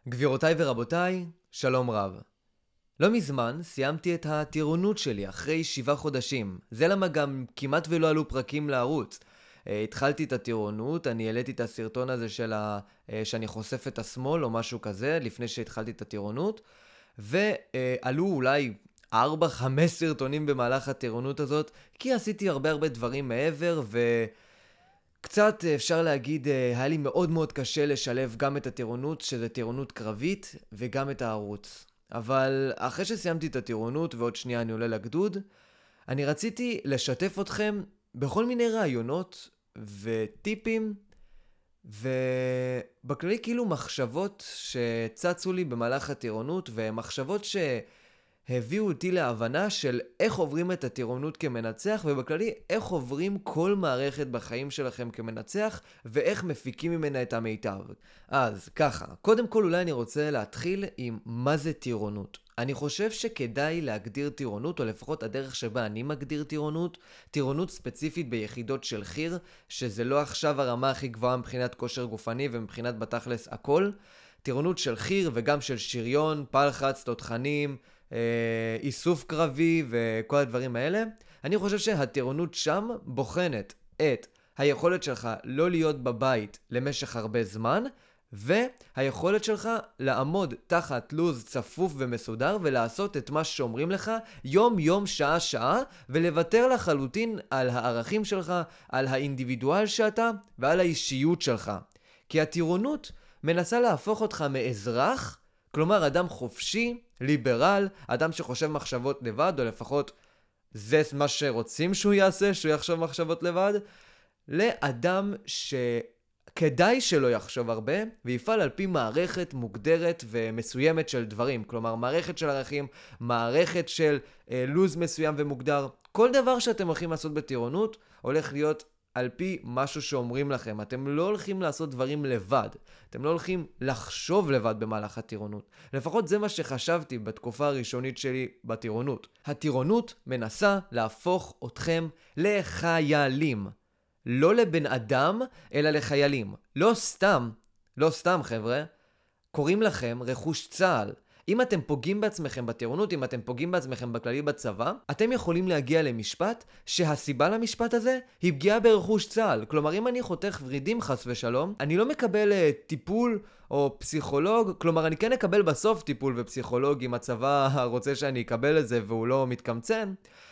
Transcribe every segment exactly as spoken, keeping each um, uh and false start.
גבירותיי ורבותיי, שלום רב. לא מזמן סיימתי את הטירונות שלי אחרי שבעה חודשים. זה למה גם כמעט ולא עלו פרקים לערוץ. Uh, התחלתי את הטירונות, אני העליתי את הסרטון הזה של ה... uh, שאני חושף את השמאל או משהו כזה לפני שהתחלתי את הטירונות, ועלו uh, אולי ארבע חמש סרטונים במהלך הטירונות הזאת, כי עשיתי הרבה הרבה דברים מעבר ו... קצת אפשר להגיד, היה לי מאוד מאוד קשה לשלב גם את הטירונות, שזה טירונות קרבית, וגם את הערוץ. אבל אחרי שסיימתי את הטירונות, ועוד שנייה אני עולה לגדוד, אני רציתי לשתף אתכם בכל מיני רעיונות וטיפים, ובכללי כאילו מחשבות שצצו לי במהלך הטירונות, ומחשבות ש... הביאו אותי להבנה של איך עוברים את הטירונות כמנצח, ובכללי איך עוברים כל מערכת בחיים שלכם כמנצח, ואיך מפיקים ממנה את המיטב. אז ככה, קודם כל אולי אני רוצה להתחיל עם מה זה טירונות. אני חושב שכדאי להגדיר טירונות, או לפחות הדרך שבה אני מגדיר טירונות, טירונות ספציפית ביחידות של חיר, שזה לא עכשיו הרמה הכי גבוהה מבחינת כושר גופני ומבחינת בתכלס הכל. טירונות של חיר וגם של שריון, פלחץ, תותחנים, איסוף קרבי וכל הדברים האלה. אני חושב שהטירונות שם בוחנת את היכולת שלך לא להיות בבית למשך הרבה זמן, והיכולת שלך לעמוד תחת לוז צפוף ומסודר ולעשות את מה שאומרים לך יום יום שעה שעה, ולוותר לחלוטין על הערכים שלך, על האינדיבידואל שאתה ועל האישיות שלך. כי הטירונות מנסה להפוך אותך מאזרח, כלומר אדם חופשי, ליברל, אדם שחושב מחשבות לבד, או לפחות זה מה שרוצים שהוא יעשה, שהוא יחשוב מחשבות לבד, לאדם שכדאי שלא יחשוב הרבה, ויפעל על פי מערכת מוגדרת ומסוימת של דברים. כלומר, מערכת של ערכים, מערכת של אה, לוז מסוים ומוגדר. כל דבר שאתם הולכים לעשות בטירונות, הולך להיות על פי משהו שאומרים לכם. אתם לא הולכים לעשות דברים לבד. אתם לא הולכים לחשוב לבד במהלך הטירונות. לפחות זה מה שחשבתי בתקופה הראשונית שלי בטירונות. הטירונות מנסה להפוך אתכם לחיילים. לא לבן אדם, אלא לחיילים. לא סתם, לא סתם חבר'ה, קוראים לכם רכוש צה"ל. אם אתם פוגעים בעצמכם בטירונות, אם אתם פוגעים בעצמכם בכללי בצבא, אתם יכולים להגיע למשפט שהסיבה למשפט הזה היא פגיעה ברכוש צה"ל. כלומר, אם אני חותך ורידים חס ושלום, אני לא מקבל uh, טיפול או פסיכולוג, כלומר, אני כן אקבל בסוף טיפול ופסיכולוג אם הצבא רוצה שאני אקבל את זה והוא לא מתקמצן,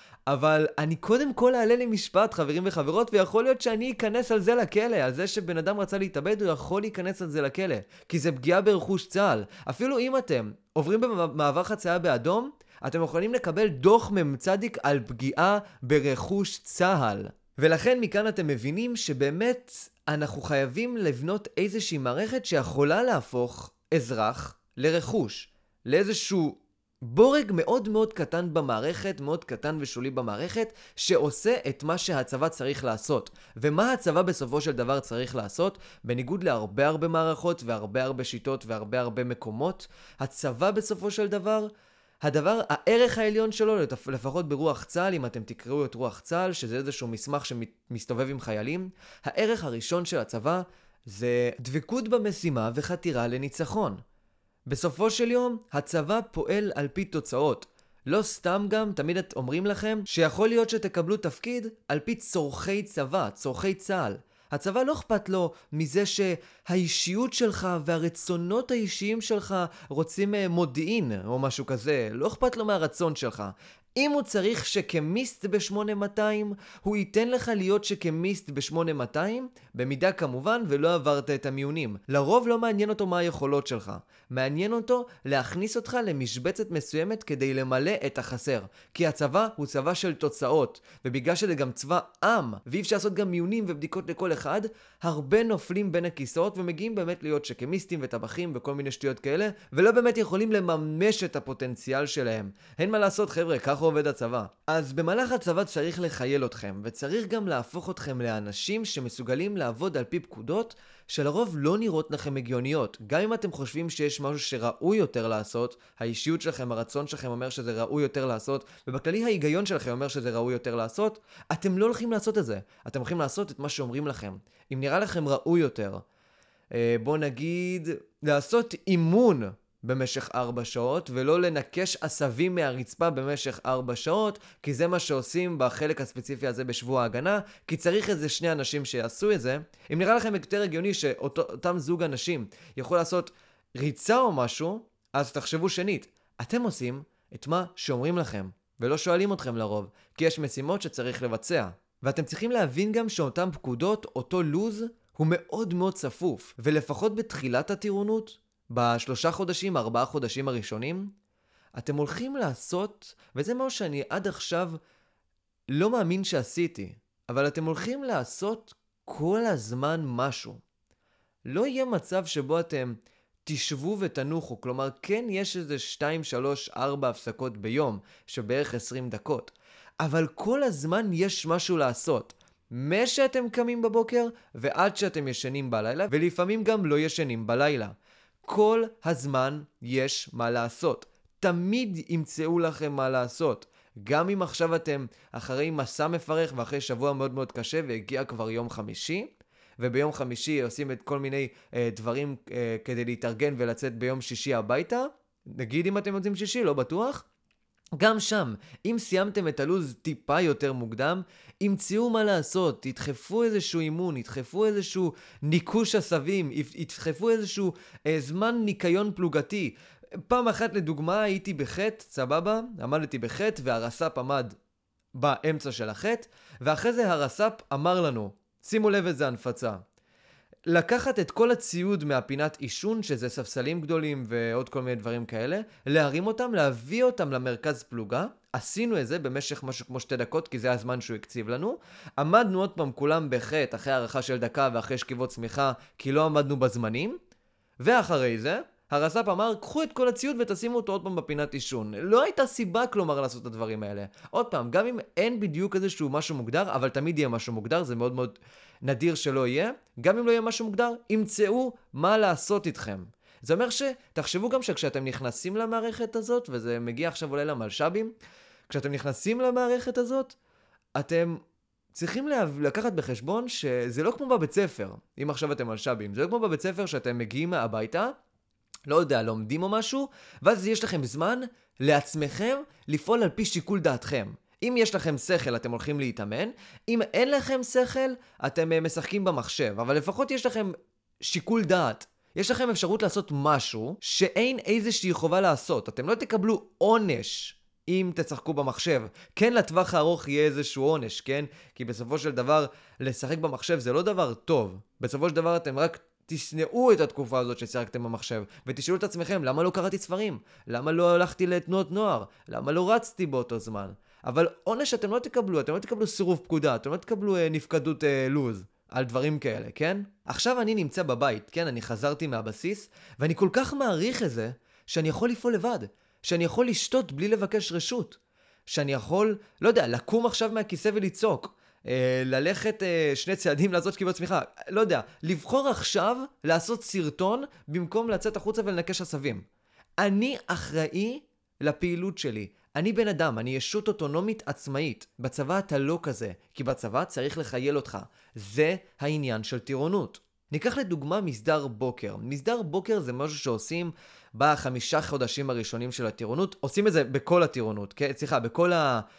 אבל אני קודם כל אעלה למשפט, חברים וחברות, ויכול להיות שאני אכנס על זה לכלא, על זה שבן אדם רצה להתאבד, הוא יכול להיכנס על זה לכלא, כי זה פגיעה ברכוש צה"ל. אפילו אם אתם עוברים במעבר חצייה באדום, אתם יכולים לקבל דוח ממצדיק על פגיעה ברכוש צה"ל. ולכן מכאן אתם מבינים שבאמת אנחנו חייבים לבנות איזושהי מערכת שיכולה להפוך אזרח לרכוש, לאיזשהו בורג מאוד מאוד קטן במערכת, מאוד קטן ושולי במערכת, שעושה את מה שהצבא צריך לעשות. ומה הצבא בסופו של דבר צריך לעשות? בניגוד להרבה הרבה מערכות והרבה הרבה שיטות והרבה הרבה מקומות, הצבא בסופו של דבר, הדבר, הערך העליון שלו, לפחות ברוח צה"ל, אם אתם תקראו את רוח צה"ל, שזה איזשהו מסמך שמסתובב עם חיילים, הערך הראשון של הצבא זה דבקות במשימה וחתירה לניצחון. בסופו של יום, הצבא פועל על פי תוצאות. לא סתם גם, תמיד אומרים לכם שיכול להיות שתקבלו תפקיד על פי צורכי צבא, צורכי צה"ל. הצבא לא אכפת לו מזה שהאישיות שלך והרצונות האישיים שלך רוצים מודיעין או משהו כזה. לא אכפת לו מהרצון שלך. אם הוא צריך שקמיסט ב-שמונה מאתיים, הוא ייתן לך להיות שקמיסט ב-שמונה מאתיים, במידה כמובן ולא עברת את המיונים. לרוב לא מעניין אותו מה היכולות שלך. מעניין אותו להכניס אותך למשבצת מסוימת כדי למלא את החסר. כי הצבא הוא צבא של תוצאות, ובגלל שזה גם צבא עם, ואי אפשר לעשות גם מיונים ובדיקות לכל אחד, הרבה נופלים בין הכיסאות ומגיעים באמת להיות שקמיסטים וטבחים וכל מיני שטויות כאלה, ולא באמת יכולים לממש את הפוטנציאל שלהם. אין מה לעשות חבר'ה, ככה עובד הצבא. אז במהלך הצבא צריך לחייל אתכם, וצריך גם להפוך אתכם לאנשים שמסוגלים לעבוד על פי פקודות שלרוב לא נראות לכם הגיוניות. גם אם אתם חושבים שיש משהו שראוי יותר לעשות, האישיות שלכם, הרצון שלכם אומר שזה ראוי יותר לעשות, ובכללי ההיגיון שלכם אומר שזה ראוי יותר לעשות, אתם לא הולכים לעשות את זה. אתם הולכים לעשות את מה שאומרים לכם. אם נראה לכם ראוי יותר אה, בוא נגיד, לעשות אימון במשך ארבע שעות, ולא לנקש עשבים מהרצפה במשך ארבע שעות, כי זה מה שעושים בחלק הספציפי הזה בשבוע ההגנה, כי צריך איזה שני אנשים שיעשו את זה. אם נראה לכם יותר הגיוני שאותם זוג אנשים יכול לעשות ריצה או משהו, אז תחשבו שנית. אתם עושים את מה שאומרים לכם, ולא שואלים אתכם לרוב, כי יש משימות שצריך לבצע. ואתם צריכים להבין גם שאותם פקודות, אותו לוז, הוא מאוד מאוד צפוף, ולפחות בתחילת הטירונות, בשלושה חודשים, ארבעה חודשים הראשונים, אתם הולכים לעשות, וזה מה שאני עד עכשיו לא מאמין שעשיתי, אבל אתם הולכים לעשות כל הזמן משהו. לא יהיה מצב שבו אתם תשבו ותנוחו, כלומר כן יש איזה שתיים, שלוש, ארבע הפסקות ביום, שבערך עשרים דקות, אבל כל הזמן יש משהו לעשות. משאתם קמים בבוקר ועד שאתם ישנים בלילה, ולפעמים גם לא ישנים בלילה. כל הזמן יש מה לעשות. תמיד ימצאו לכם מה לעשות. גם אם עכשיו אתם אחרי מסע מפרך ואחרי שבוע מאוד מאוד קשה והגיע כבר יום חמישי, וביום חמישי עושים את כל מיני אה, דברים אה, כדי להתארגן ולצאת ביום שישי הביתה, נגיד אם אתם יוצאים שישי, לא בטוח, גם שם, אם סיימתם את הלוז טיפה יותר מוקדם, ימצאו מה לעשות, תדחפו איזשהו אימון, תדחפו איזשהו ניקוש עשבים, תדחפו איזשהו אה, זמן ניקיון פלוגתי. פעם אחת לדוגמה הייתי בחט, סבבה, עמדתי בחט והרס"פ עמד באמצע של החט, ואחרי זה הרס"פ אמר לנו, שימו לב איזה הנפצה. לקחת את כל הציוד מהפינת אישון, שזה ספסלים גדולים ועוד כל מיני דברים כאלה, להרים אותם, להביא אותם למרכז פלוגה. עשינו את זה במשך משהו כמו שתי דקות, כי זה הזמן שהוא הקציב לנו. עמדנו עוד פעם כולם בחט, אחרי הערכה של דקה ואחרי שכיבות צמיחה, כי לא עמדנו בזמנים. ואחרי זה, הרס"פ אמר, קחו את כל הציוד ותשימו אותו עוד פעם בפינת אישון. לא הייתה סיבה כלומר לעשות את הדברים האלה. עוד פעם, גם אם אין בדיוק איזשהו משהו מוגדר, אבל תמיד יהיה משהו מוגדר, זה מאוד מאוד נדיר שלא יהיה. גם אם לא יהיה משהו מוגדר, ימצאו מה לעשות איתכם. זה אומר שתחשבו גם שכשאתם נכנסים למערכת הזאת, וזה מגיע עכשיו אולי למלשבים, כשאתם נכנסים למערכת הזאת, אתם צריכים לקחת בחשבון שזה לא כמו בבית ספר, אם עכשיו אתם מלשבים. זה לא כמו בבית ספר שאתם מגיעים מהביתה, לא יודע, לומדים או משהו, ואז יש לכם זמן לעצמכם לפעול על פי שיקול דעתכם. אם יש לכם שכל, אתם הולכים להתאמן. אם אין לכם שכל, אתם משחקים במחשב. אבל לפחות יש לכם שיקול דעת. יש לכם אפשרות לעשות משהו שאין איזושהי חובה לעשות. אתם לא תקבלו עונש אם תשחקו במחשב. כן, לטווח הארוך יהיה איזשהו עונש, כן? כי בסופו של דבר, לשחק במחשב זה לא דבר טוב. בסופו של דבר אתם רק תשנאו את התקופה הזאת ששיחקתם במחשב, ותשאלו את עצמכם, למה לא קראתי ספרים? למה לא הלכתי לתנועות נוער? למה לא רצתי באותו זמן? אבל עונש אתם לא תקבלו, אתם לא תקבלו סירוב פקודה, אתם לא תקבלו אה, נפקדות אה, לוז על דברים כאלה, כן? עכשיו אני נמצא בבית, כן? אני חזרתי מהבסיס, ואני כל כך מעריך את זה, שאני יכול לפעול לבד, שאני יכול לשתות בלי לבקש רשות, שאני יכול, לא יודע, לקום עכשיו מהכיסא ולצעוק, ללכת שני צעדים לעשות שכיבות צמיחה, לא יודע, לבחור עכשיו לעשות סרטון במקום לצאת החוצה ולנקש עשבים. אני אחראי לפעילות שלי. אני בן אדם, אני ישות אוטונומית עצמאית. בצבא אתה לא כזה, כי בצבא צריך לחייל אותך. זה העניין של טירונות. ניקח לדוגמה מסדר בוקר. מסדר בוקר זה משהו שעושים בחמישה חודשים הראשונים של הטירונות. עושים את זה בכל הטירונות, כן? סליחה, בכל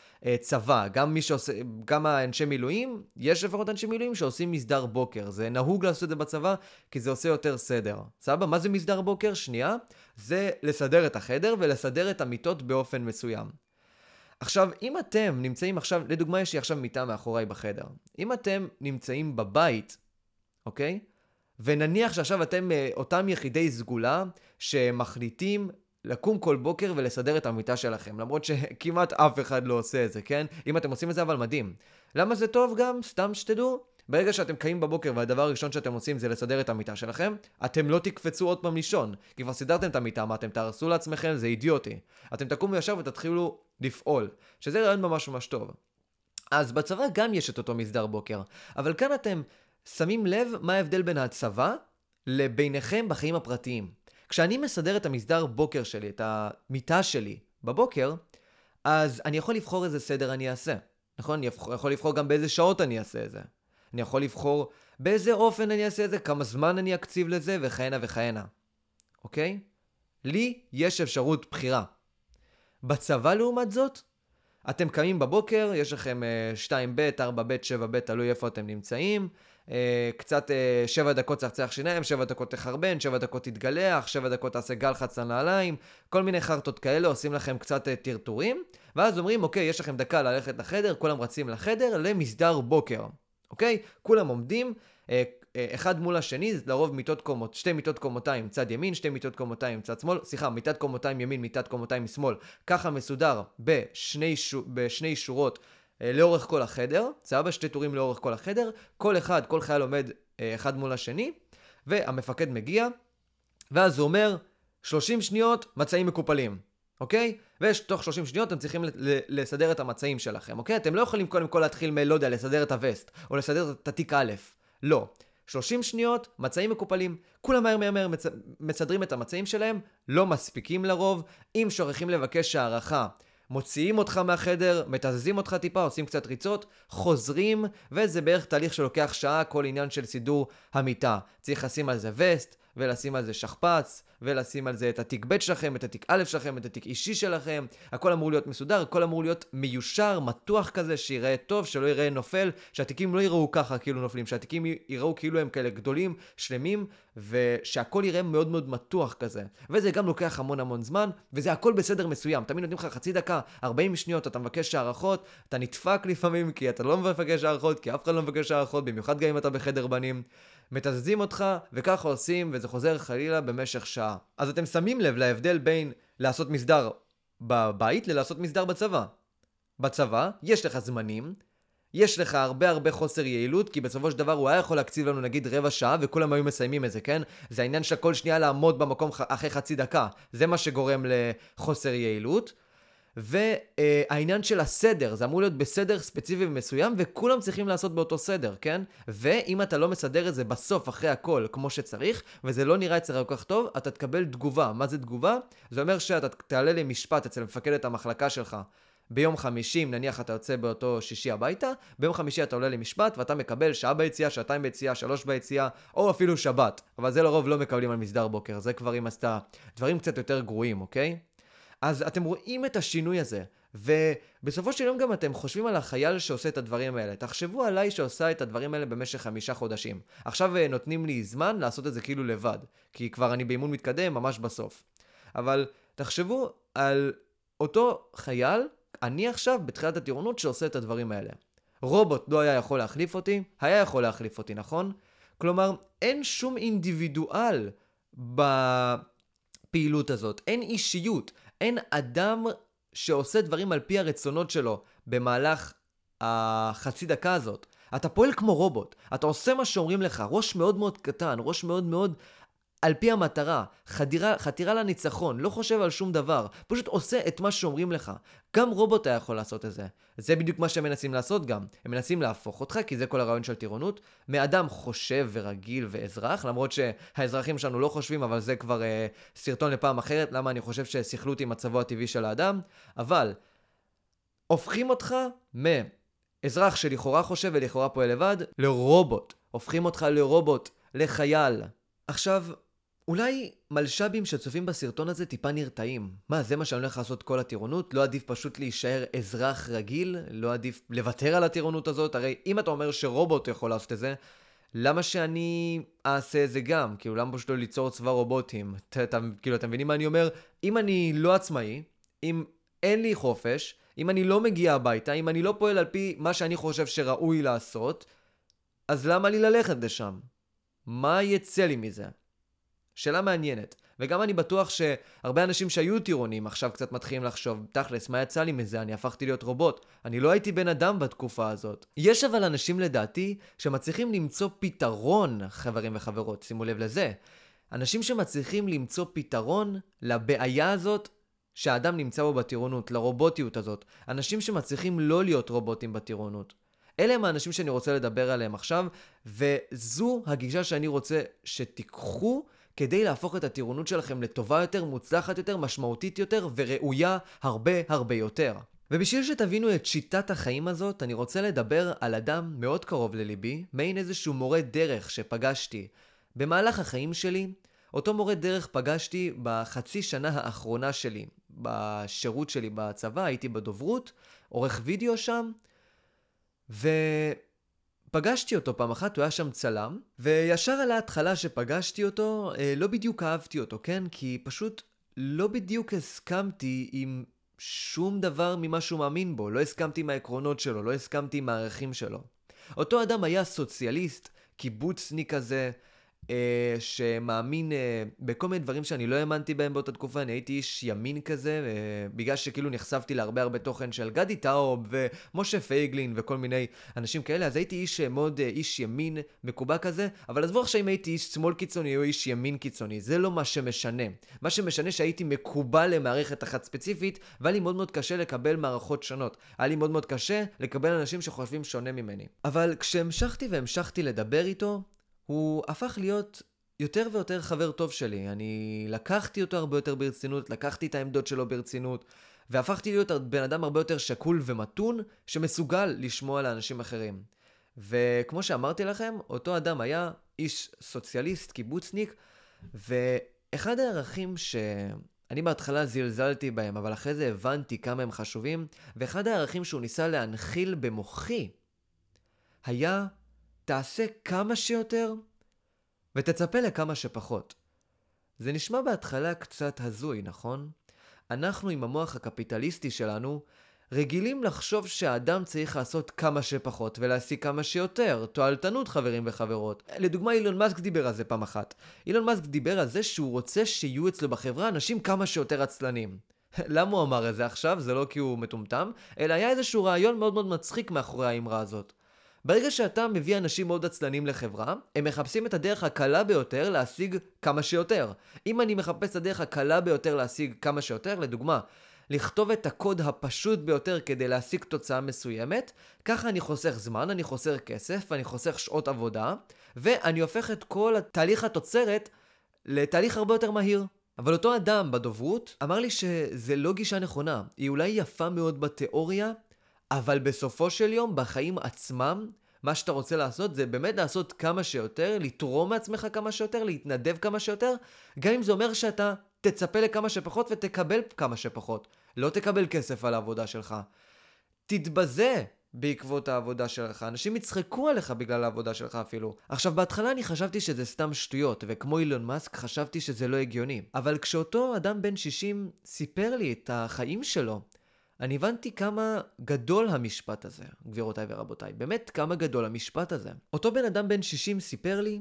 הצבא. גם מי שעושה, גם האנשי מילואים, יש לפחות אנשי מילואים שעושים מסדר בוקר. זה נהוג לעשות את זה בצבא, כי זה עושה יותר סדר. סבא, מה זה מסדר בוקר? שנייה. זה לסדר את החדר ולסדר את המיטות באופן מסוים. עכשיו, אם אתם נמצאים עכשיו, לדוגמה יש לי עכשיו מיטה מאחוריי בחדר. אם אתם נמצאים בבית, אוקיי? ונניח שעכשיו אתם אותם יחידי סגולה שמחליטים לקום כל בוקר ולסדר את המיטה שלכם, למרות שכמעט אף אחד לא עושה את זה, כן? אם אתם עושים את זה אבל מדהים. למה זה טוב גם? סתם שתדעו. ברגע שאתם קמים בבוקר והדבר הראשון שאתם עושים זה לסדר את המיטה שלכם, אתם לא תקפצו עוד פעם לישון, כי כבר סידרתם את המיטה, מה אתם תהרסו לעצמכם, זה אידיוטי. אתם תקומו ישר ותתחילו לפעול, שזה רעיון ממש ממש טוב. אז בצבא גם יש את אותו מסדר בוקר, אבל כאן אתם שמים לב מה ההבדל בין הצבא לביניכם בחיים הפרטיים. כשאני מסדר את המסדר בוקר שלי, את המיטה שלי בבוקר, אז אני יכול לבחור איזה סדר אני אעשה. נכון? אני יכול לבחור גם באיזה שעות אני אעשה את זה. אני יכול לבחור באיזה אופן אני אעשה את זה, כמה זמן אני אקציב לזה, וכהנה וכהנה. אוקיי? לי יש אפשרות בחירה. בצבא לעומת זאת, אתם קמים בבוקר, יש לכם שתיים ב', ארבע ב', שבע ב', תלוי איפה אתם נמצאים, קצת שבע דקות צחצח שיניים, שבע דקות תחרבן, שבע דקות תתגלח, שבע דקות תעשה גלחץ לנעליים, כל מיני חרטות כאלה, עושים לכם קצת טרטורים, ואז אומרים, אוקיי, יש לכם דקה ללכת לחדר, כולם רצים לחדר למסדר בוקר, אוקיי? כולם עומדים, אחד מול השני, זה לרוב מיטות קומות, שתי מיטות קומותיים צד ימין, שתי מיטות קומותיים צד שמאל, סליחה, מיטת קומותיים ימין, מיטת קומותיים משמאל, ככה מסודר בשני, שו, בשני שורות אה, לאורך כל החדר, סבבה, שתי טורים לאורך כל החדר, כל אחד, כל חייל עומד אה, אחד מול השני, והמפקד מגיע, ואז הוא אומר, שלושים שניות, מצעים מקופלים, אוקיי? ותוך שלושים שניות אתם צריכים לסדר את המצעים שלכם, אוקיי? אתם לא יכולים קודם כל להתחיל מ, לא יודע, לסדר את הווסט, או לסדר את התיק א', לא. שלושים שניות, מצעים מקופלים, כולם מהר מהר מהר מצ... מצדרים את המצעים שלהם, לא מספיקים לרוב, אם שוכחים לבקש הערכה, מוציאים אותך מהחדר, מתזזים אותך טיפה, עושים קצת ריצות, חוזרים, וזה בערך תהליך שלוקח שעה, כל עניין של סידור המיטה. צריך לשים על זה וסט, ולשים על זה שכפץ, ולשים על זה את התיק ב' שלכם, את התיק א' שלכם, את התיק אישי שלכם, הכל אמור להיות מסודר, הכל אמור להיות מיושר, מתוח כזה, שיראה טוב, שלא יראה נופל, שהתיקים לא יראו ככה כאילו נופלים, שהתיקים יראו כאילו הם כאלה גדולים, שלמים, ושהכל יראה מאוד מאוד מתוח כזה. וזה גם לוקח המון המון זמן, וזה הכל בסדר מסוים. תמיד נותנים לך חצי דקה, ארבעים שניות, אתה מבקש הערכות, אתה נדפק לפעמים, כי אתה לא מבקש הערכות, כי אף אחד לא מבקש הערכות, במיוחד גם אם אתה בחדר בנים. מתזזים אותך, וככה עושים, וזה חוזר חלילה במשך שעה. אז אתם שמים לב להבדל בין לעשות מסדר בבית ללעשות מסדר בצבא. בצבא יש לך זמנים, יש לך הרבה הרבה חוסר יעילות, כי בסופו של דבר הוא היה יכול להקציב לנו נגיד רבע שעה, וכולם היו מסיימים את זה, כן? זה העניין של כל שנייה לעמוד במקום אחרי חצי דקה. זה מה שגורם לחוסר יעילות. והעניין של הסדר, זה אמור להיות בסדר ספציפי ומסוים, וכולם צריכים לעשות באותו סדר, כן? ואם אתה לא מסדר את זה בסוף, אחרי הכל, כמו שצריך, וזה לא נראה אצלך כל כך טוב, אתה תקבל תגובה. מה זה תגובה? זה אומר שאתה תעלה למשפט אצל מפקדת המחלקה שלך. ביום חמישי, נניח אתה יוצא באותו שישי הביתה, ביום חמישי אתה עולה למשפט, ואתה מקבל שעה ביציאה, שעתיים ביציאה, שלוש ביציאה, או אפילו שבת. אבל זה לרוב לא מקבלים על מסדר בוקר, זה כבר אם עשתה דברים קצת יותר גרועים, אוקיי? אז אתם רואים את השינוי הזה, ובסופו של יום גם אתם חושבים על החייל שעושה את הדברים האלה. תחשבו עליי שעושה את הדברים האלה במשך חמישה חודשים. עכשיו נותנים לי זמן לעשות את זה כאילו לבד, כי כבר אני באימון מתקדם ממש בסוף. אבל תחשבו על אותו חייל, אני עכשיו בתחילת הטירונות שעושה את הדברים האלה. רובוט לא היה יכול להחליף אותי, היה יכול להחליף אותי, נכון? כלומר, אין שום אינדיבידואל בפעילות הזאת, אין אישיות. אין אדם שעושה דברים על פי הרצונות שלו במהלך החצי דקה הזאת. אתה פועל כמו רובוט. אתה עושה מה שאומרים לך. ראש מאוד מאוד קטן, ראש מאוד מאוד על פי המטרה. חדירה, חתירה לניצחון. לא חושב על שום דבר. פשוט עושה את מה שאומרים לך. גם רובוט היה יכול לעשות את זה. זה בדיוק מה שהם מנסים לעשות גם. הם מנסים להפוך אותך, כי זה כל הרעיון של טירונות, מאדם חושב ורגיל ואזרח, למרות שהאזרחים שלנו לא חושבים, אבל זה כבר אה, סרטון לפעם אחרת, למה אני חושב ששכלות עם מצבו הטבעי של האדם, אבל הופכים אותך מאזרח שלכאורה חושב ולכאורה פועל לבד, לרובוט. הופכים אותך לרובוט, לחייל. עכשיו, אולי מלשבים שצופים בסרטון הזה טיפה נרתעים. מה, זה מה שאני הולך לעשות כל הטירונות? לא עדיף פשוט להישאר אזרח רגיל? לא עדיף לוותר על הטירונות הזאת? הרי אם אתה אומר שרובוט יכול לעשות את זה, למה שאני אעשה את זה גם? כאילו, למה פשוט לא ליצור צבא רובוטים? ת, ת, כאילו, אתם מבינים מה אני אומר? אם אני לא עצמאי, אם אין לי חופש, אם אני לא מגיע הביתה, אם אני לא פועל על פי מה שאני חושב שראוי לעשות, אז למה לי ללכת לשם? מה יצא לי מזה? שאלה מעניינת. וגם אני בטוח שהרבה אנשים שהיו טירונים עכשיו קצת מתחילים לחשוב, תכלס, מה יצא לי מזה? אני הפכתי להיות רובוט. אני לא הייתי בן אדם בתקופה הזאת. יש אבל אנשים לדעתי שמצליחים למצוא פתרון, חברים וחברות, שימו לב לזה. אנשים שמצליחים למצוא פתרון לבעיה הזאת שהאדם נמצא בו בטירונות, לרובוטיות הזאת. אנשים שמצליחים לא להיות רובוטים בטירונות. אלה הם האנשים שאני רוצה לדבר עליהם עכשיו, וזו הגישה שאני רוצה שתיקחו כדי להפוך את הטירונות שלכם לטובה יותר, מוצלחת יותר, משמעותית יותר וראויה הרבה הרבה יותר. ובשביל שתבינו את שיטת החיים הזאת, אני רוצה לדבר על אדם מאוד קרוב לליבי, מעין איזשהו מורה דרך שפגשתי במהלך החיים שלי. אותו מורה דרך פגשתי בחצי שנה האחרונה שלי, בשירות שלי בצבא, הייתי בדוברות, עורך וידאו שם, ופגשתי אותו פעם אחת, הוא היה שם צלם, וישר על ההתחלה שפגשתי אותו, לא בדיוק אהבתי אותו, כן? כי פשוט לא בדיוק הסכמתי עם שום דבר ממה שהוא מאמין בו, לא הסכמתי עם העקרונות שלו, לא הסכמתי עם הערכים שלו. אותו אדם היה סוציאליסט, קיבוצניק כזה, אה, שמאמין אה, בכל מיני דברים שאני לא האמנתי בהם באותה תקופה. אני הייתי איש ימין כזה, אה, בגלל שכאילו נחשפתי להרבה הרבה תוכן של גדי טאוב ומשה פייגלין וכל מיני אנשים כאלה, אז הייתי איש מאוד אה, איש ימין מקובע כזה, אבל עזבו עכשיו אם הייתי איש שמאל קיצוני או איש ימין קיצוני, זה לא מה שמשנה. מה שמשנה שהייתי מקובל למערכת אחת ספציפית, והיה לי מאוד מאוד קשה לקבל מערכות שונות. היה לי מאוד מאוד קשה לקבל אנשים שחושבים שונה ממני. אבל כשהמשכתי והמשכתי לדבר איתו, הוא הפך להיות יותר ויותר חבר טוב שלי. אני לקחתי אותו הרבה יותר ברצינות, לקחתי את העמדות שלו ברצינות, והפכתי להיות בן אדם הרבה יותר שקול ומתון, שמסוגל לשמוע לאנשים אחרים. וכמו שאמרתי לכם, אותו אדם היה איש סוציאליסט, קיבוצניק, ואחד הערכים שאני בהתחלה זלזלתי בהם, אבל אחרי זה הבנתי כמה הם חשובים, ואחד הערכים שהוא ניסה להנחיל במוחי, היה תעשה כמה שיותר ותצפה לכמה שפחות. זה נשמע בהתחלה קצת הזוי, נכון? אנחנו עם המוח הקפיטליסטי שלנו רגילים לחשוב שהאדם צריך לעשות כמה שפחות ולהשיג כמה שיותר. תועלתנות, חברים וחברות. לדוגמה, אילון מאסק דיבר על זה פעם אחת. אילון מאסק דיבר על זה שהוא רוצה שיהיו אצלו בחברה אנשים כמה שיותר עצלנים. למה הוא אמר את זה עכשיו? זה לא כי הוא מטומטם, אלא היה איזשהו רעיון מאוד מאוד מצחיק מאחורי האמרה הזאת. ברגע שאתה מביא אנשים מאוד עצלנים לחברה, הם מחפשים את הדרך הקלה ביותר להשיג כמה שיותר. אם אני מחפש את הדרך הקלה ביותר להשיג כמה שיותר, לדוגמה, לכתוב את הקוד הפשוט ביותר כדי להשיג תוצאה מסוימת, ככה אני חוסך זמן, אני חוסך כסף, אני חוסך שעות עבודה, ואני הופך את כל תהליך התוצרת לתהליך הרבה יותר מהיר. אבל אותו אדם בדוברות אמר לי שזה לא גישה נכונה. היא אולי יפה מאוד בתיאוריה, אבל בסופו של יום, בחיים עצמם, מה שאתה רוצה לעשות זה באמת לעשות כמה שיותר, לתרום מעצמך כמה שיותר, להתנדב כמה שיותר, גם אם זה אומר שאתה תצפה לכמה שפחות ותקבל כמה שפחות. לא תקבל כסף על העבודה שלך. תתבזה בעקבות העבודה שלך. אנשים יצחקו עליך בגלל העבודה שלך אפילו. עכשיו, בהתחלה אני חשבתי שזה סתם שטויות, וכמו אילון מאסק חשבתי שזה לא הגיוני. אבל כשאותו אדם בן שישים סיפר לי את החיים שלו, אני הבנתי כמה גדול המשפט הזה, גבירותיי ורבותיי. באמת כמה גדול המשפט הזה. אותו בן אדם בן שישים סיפר לי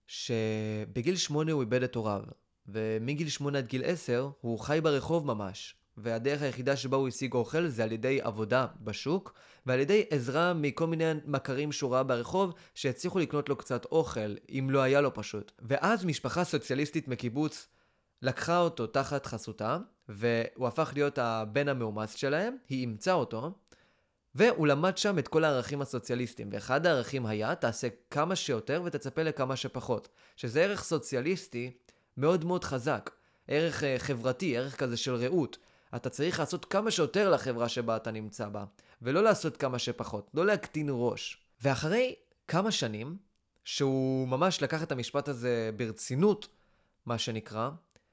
שבגיל שמונה הוא איבד את הוריו, ומגיל שמונה עד גיל עשר הוא חי ברחוב ממש. והדרך היחידה שבה הוא השיג אוכל זה על ידי עבודה בשוק, ועל ידי עזרה מכל מיני מכרים שהוא ראה ברחוב שהצליחו לקנות לו קצת אוכל, אם לא היה לו פשוט. ואז משפחה סוציאליסטית מקיבוץ לקחה אותו תחת חסותה, והוא הפך להיות הבן המאומץ שלהם, היא אימצה אותו, והוא למד שם את כל הערכים הסוציאליסטיים. ואחד הערכים היה, תעשה כמה שיותר ותצפה לכמה שפחות. שזה ערך סוציאליסטי מאוד מאוד חזק. ערך uh, חברתי, ערך כזה של רעות. אתה צריך לעשות כמה שיותר לחברה שבה אתה נמצא בה, ולא לעשות כמה שפחות, לא להקטין ראש. ואחרי כמה שנים, שהוא ממש לקח את המשפט הזה ברצינות, מה שנקרא,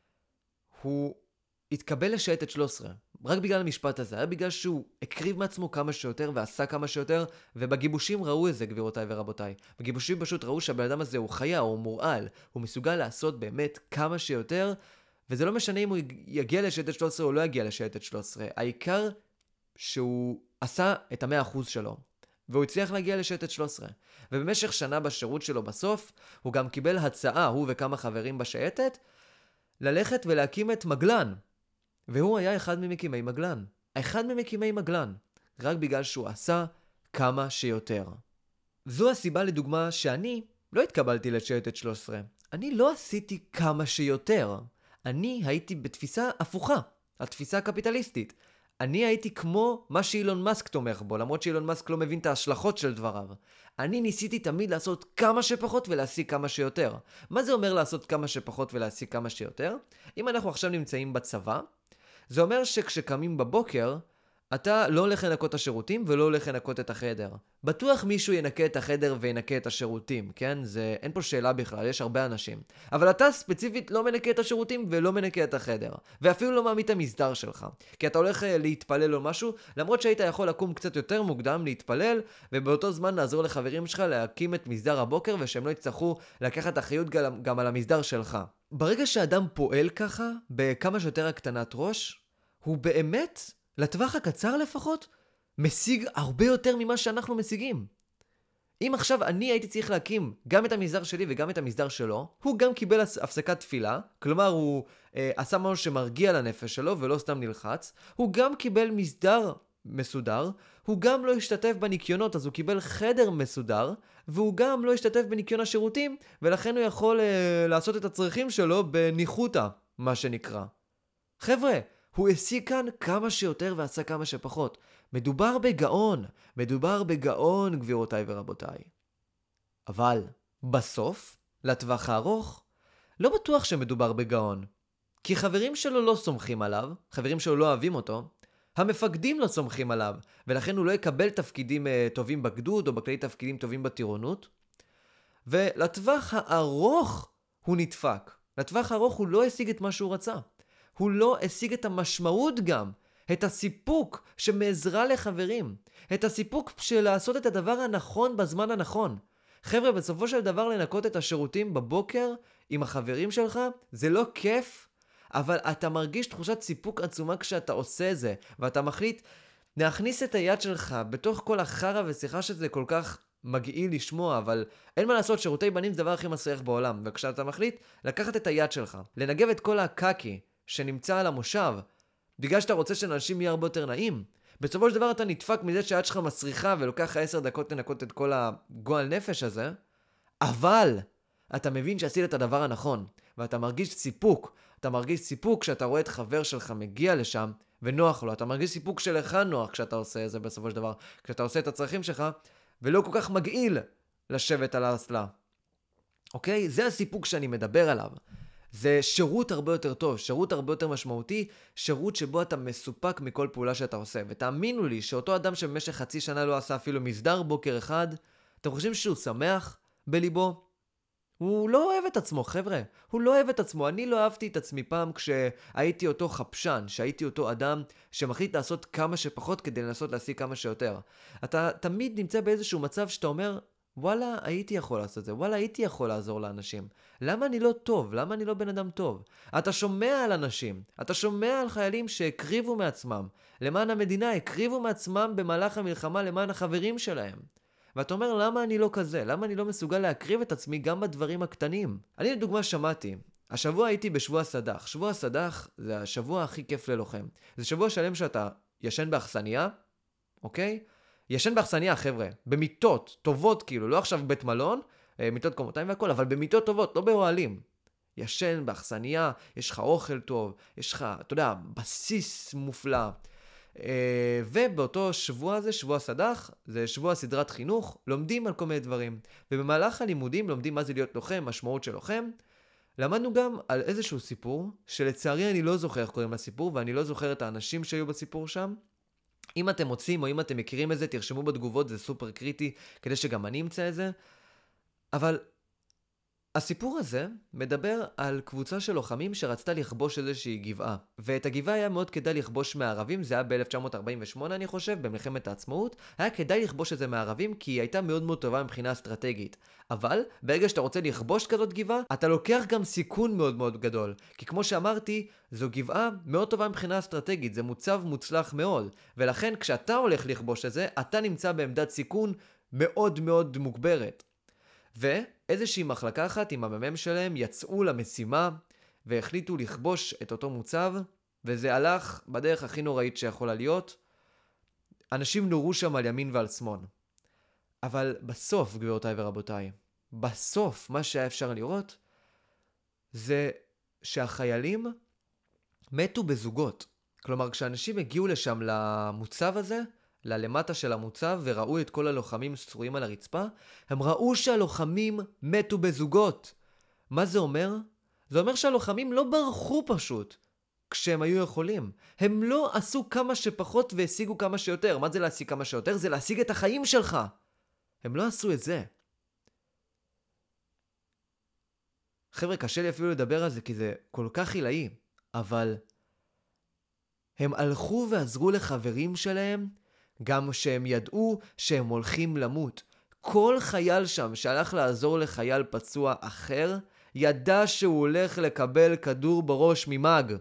הוא התקבל לשייטת שלוש עשרה. רק בגלל המשפט הזה, היה בגלל שהוא הקריב מעצמו כמה שיותר ועשה כמה שיותר, ובגיבושים ראו את זה, גבירותיי ורבותיי. בגיבושים פשוט ראו שהבן אדם הזה הוא חיה, הוא מורעל, הוא מסוגל לעשות באמת כמה שיותר, וזה לא משנה אם הוא יגיע לשייטת שלוש עשרה או לא יגיע לשייטת שלוש עשרה. העיקר שהוא עשה את המאה אחוז שלו, והוא הצליח להגיע לשייטת שלוש עשרה. ובמשך שנה בשירות שלו בסוף, הוא גם קיבל הצעה, הוא וכמה חברים בשייטת, ללכת ולהקים את מגלן. והוא היה אחד ממקימי מגלן. אחד ממקימי מגלן. רק בגלל שהוא עשה כמה שיותר. זו הסיבה לדוגמה שאני לא התקבלתי לשייטת שלוש עשרה. אני לא עשיתי כמה שיותר. אני הייתי בתפיסה הפוכה. התפיסה הקפיטליסטית. אני הייתי כמו מה שאילון מאסק תומך בו, למרות שאילון מאסק לא מבין את ההשלכות של דבריו. אני ניסיתי תמיד לעשות כמה שפחות ולהשיג כמה שיותר. מה זה אומר לעשות כמה שפחות ולהשיג כמה שיותר? אם אנחנו עכשיו נמצאים בצבא, זה אומר שכשקמים בבוקר, אתה לא הולך לנקות את השירותים ולא הולך לנקות את החדר. בטוח מישהו ינקה את החדר וינקה את השירותים, כן? זה, אין פה שאלה בכלל, יש הרבה אנשים. אבל אתה ספציפית לא מנקה את השירותים ולא מנקה את החדר. ואפילו לא מעמיד את המסדר שלך. כי אתה הולך להתפלל או משהו, למרות שהיית יכול לקום קצת יותר מוקדם להתפלל, ובאותו זמן לעזור לחברים שלך להקים את מסדר הבוקר, ושהם לא יצטרכו לקחת אחריות גם על המסדר שלך. ברגע שאדם פועל ככה, בכמה שיותר הקטנת ראש, הוא באמת, לטווח הקצר לפחות, משיג הרבה יותר ממה שאנחנו משיגים. אם עכשיו אני הייתי צריך להקים גם את המסדר שלי וגם את המסדר שלו, הוא גם קיבל הפסקת תפילה, כלומר הוא אה, עשה משהו שמרגיע לנפש שלו ולא סתם נלחץ, הוא גם קיבל מסדר מסודר, הוא גם לא השתתף בניקיונות, אז הוא קיבל חדר מסודר, והוא גם לא השתתף בניקיון השירותים, ולכן הוא יכול אה, לעשות את הצרכים שלו בניחותה, מה שנקרא. חבר'ה, הוא השיג כאן כמה שיותר ועשה כמה שפחות. מדובר בגאון, מדובר בגאון, גבירותיי ורבותיי. אבל בסוף, לטווח הארוך, לא בטוח שמדובר בגאון. כי חברים שלו לא סומכים עליו, חברים שלו לא אוהבים אותו, המפקדים לא סומכים עליו, ולכן הוא לא יקבל תפקידים uh, טובים בגדוד, או בכלי תפקידים טובים בטירונות. ולטווח הארוך הוא נדפק. לטווח הארוך הוא לא השיג את מה שהוא רצה. הוא לא השיג את המשמעות גם, את הסיפוק שמעזרה לחברים, את הסיפוק של לעשות את הדבר הנכון בזמן הנכון. חבר'ה, בסופו של דבר לנקות את השירותים בבוקר עם החברים שלך, זה לא כיף, אבל אתה מרגיש תחושת סיפוק עצומה כשאתה עושה זה, ואתה מחליט להכניס את היד שלך בתוך כל החרא ושיחה שזה כל כך מגעיל לשמוע, אבל אין מה לעשות, שירותי בנים זה דבר הכי מסריח בעולם, וכשאתה מחליט לקחת את היד שלך, לנגב את כל הקקי שנמצא על המושב, בגלל שאתה רוצה שאנשים יהיה הרבה יותר נעים, בסופו של דבר אתה נדפק מזה שהיד שלך מסריחה ולוקח לך עשר דקות לנקות את כל הגועל נפש הזה, אבל אתה מבין שעשית את הדבר הנכון, ואתה מרגיש סיפוק, אתה מרגיש סיפוק כשאתה רואה את חבר שלך מגיע לשם ונוח לו, אתה מרגיש סיפוק שלך נוח כשאתה עושה את זה בסופו של דבר, כשאתה עושה את הצרכים שלך, ולא כל כך מגעיל לשבת על האסלה. אוקיי? זה הסיפוק שאני מדבר עליו. זה שירות הרבה יותר טוב, שירות הרבה יותר משמעותי, שירות שבו אתה מסופק מכל פעולה שאתה עושה. ותאמינו לי שאותו אדם שבמשך חצי שנה לא עשה אפילו מסדר בוקר אחד, אתם חושבים שהוא שמח בליבו? הוא לא אוהב את עצמו, חבר'ה. הוא לא אוהב את עצמו. אני לא אהבתי את עצמי פעם כשהייתי אותו חפשן, שהייתי אותו אדם שמחליט לעשות כמה שפחות כדי לנסות להשיג כמה שיותר. אתה תמיד נמצא באיזשהו מצב שאתה אומר, וואלה, הייתי יכול לעשות את זה, וואלה, הייתי יכול לעזור לאנשים. למה אני לא טוב? למה אני לא בן אדם טוב? אתה שומע על אנשים, אתה שומע על חיילים שהקריבו מעצמם, למען המדינה, הקריבו מעצמם במהלך המלחמה למען החברים שלהם. ואתה אומר, למה אני לא כזה? למה אני לא מסוגל להקריב את עצמי גם בדברים הקטנים? אני לדוגמה שמעתי, השבוע הייתי בשבוע סד"ח. שבוע סד"ח זה השבוע הכי כיף ללוחם. זה שבוע שלם שאתה ישן באכסניה, אוקיי? ישן באכסניה, חבר'ה, במיטות טובות כאילו, לא עכשיו בית מלון, מיטות קומותיים והכל, אבל במיטות טובות, לא באוהלים. ישן באכסניה, יש לך אוכל טוב, יש לך, אתה יודע, בסיס מופלא. ובאותו שבוע הזה, שבוע סד"ח, זה שבוע סדרת חינוך, לומדים על כל מיני דברים. ובמהלך הלימודים לומדים מה זה להיות לוחם, משמעות של לוחם. למדנו גם על איזשהו סיפור, שלצערי אני לא זוכר איך קוראים לסיפור, ואני לא זוכר את האנשים שהיו בסיפור שם. אם אתם מוצאים או אם אתם מכירים את זה, תרשמו בתגובות, זה סופר קריטי, כדי שגם אני אמצא את זה. אבל הסיפור הזה מדבר על קבוצה של לוחמים שרצתה לכבוש איזושהי גבעה. ואת הגבעה היה מאוד כדאי לכבוש מהערבים, זה היה ב-אלף תשע מאות ארבעים ושמונה אני חושב, במלחמת העצמאות. היה כדאי לכבוש את זה מהערבים כי היא הייתה מאוד מאוד טובה מבחינה אסטרטגית. אבל ברגע שאתה רוצה לכבוש כזאת גבעה, אתה לוקח גם סיכון מאוד מאוד גדול. כי כמו שאמרתי, זו גבעה מאוד טובה מבחינה אסטרטגית, זה מוצב מוצלח מאוד. ולכן כשאתה הולך לכבוש את זה, אתה נמצא בעמדת סיכון מאוד מאוד מוגברת. ואיזושהי מחלקה אחת עם הממם שלהם יצאו למשימה והחליטו לכבוש את אותו מוצב, וזה הלך בדרך הכי נוראית שיכולה להיות. אנשים נורו שם על ימין ועל שמאל. אבל בסוף, גבירותיי ורבותיי, בסוף מה שהיה אפשר לראות זה שהחיילים מתו בזוגות. כלומר, כשאנשים הגיעו לשם למוצב הזה, ללמטה של המוצב, וראו את כל הלוחמים שרועים על הרצפה, הם ראו שהלוחמים מתו בזוגות. מה זה אומר? זה אומר שהלוחמים לא ברחו פשוט. כשהם היו יכולים. הם לא עשו כמה שפחות והשיגו כמה שיותר. מה זה להשיג כמה שיותר? זה להשיג את החיים שלך. הם לא עשו את זה. חבר'ה, קשה לי אפילו לדבר על זה כי זה כל כך עילאי, אבל הם הלכו ועזרו לחברים שלהם גם שהם ידעו שהם הולכים למות. כל חייל שם שהלך לעזור לחייל פצוע אחר ידע שהוא הולך לקבל כדור בראש ממאג.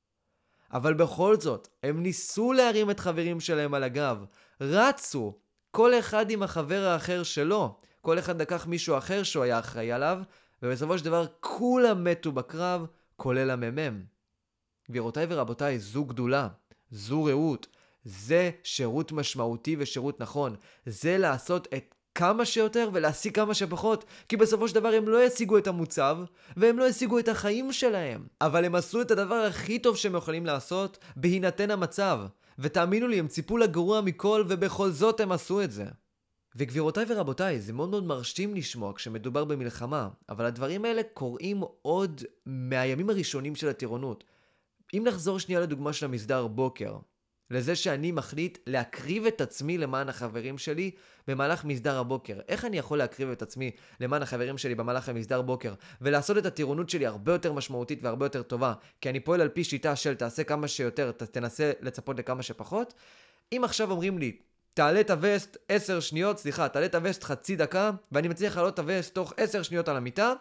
אבל בכל זאת, הם ניסו להרים את חברים שלהם על הגב. רצו, כל אחד עם החבר האחר שלו. כל אחד לקח מישהו אחר שהוא היה אחראי עליו, ובסופו של דבר כולם מתו בקרב, כולל הממם. גבירותיי ורבותיי, זו גדולה, זו רעות. זה שירות משמעותי ושירות נכון. זה לעשות את כמה שיותר ולהשיג כמה שפחות, כי בסופו של דבר הם לא ישיגו את המוצב, והם לא ישיגו את החיים שלהם. אבל הם עשו את הדבר הכי טוב שהם יכולים לעשות, בהינתן המצב. ותאמינו לי, הם ציפו לגרוע מכל, ובכל זאת הם עשו את זה. וגבירותיי ורבותיי, זה מאוד מאוד מרשים לשמוע כשמדובר במלחמה, אבל הדברים האלה קורים עוד מהימים הראשונים של הטירונות. אם נחזור שנייה לדוגמה של המסדר בוקר, לזה שאני מחליט להקריב את עצמי למען החברים שלי במהלך מסדר הבוקר. איך אני יכול להקריב את עצמי למען החברים שלי במהלך המסדר בוקר ולעשות את הטירונות שלי הרבה יותר משמעותית והרבה יותר טובה? כי אני פועל על פי שיטה של תעשה כמה שיותר, תנסה לצפות לכמה שפחות. אם עכשיו אומרים לי, תעלה את הווסט עשר שניות, סליחה, תעלה את הווסט חצי דקה, ואני מצליח לעלות את הווסט תוך עשר שניות על המיטה,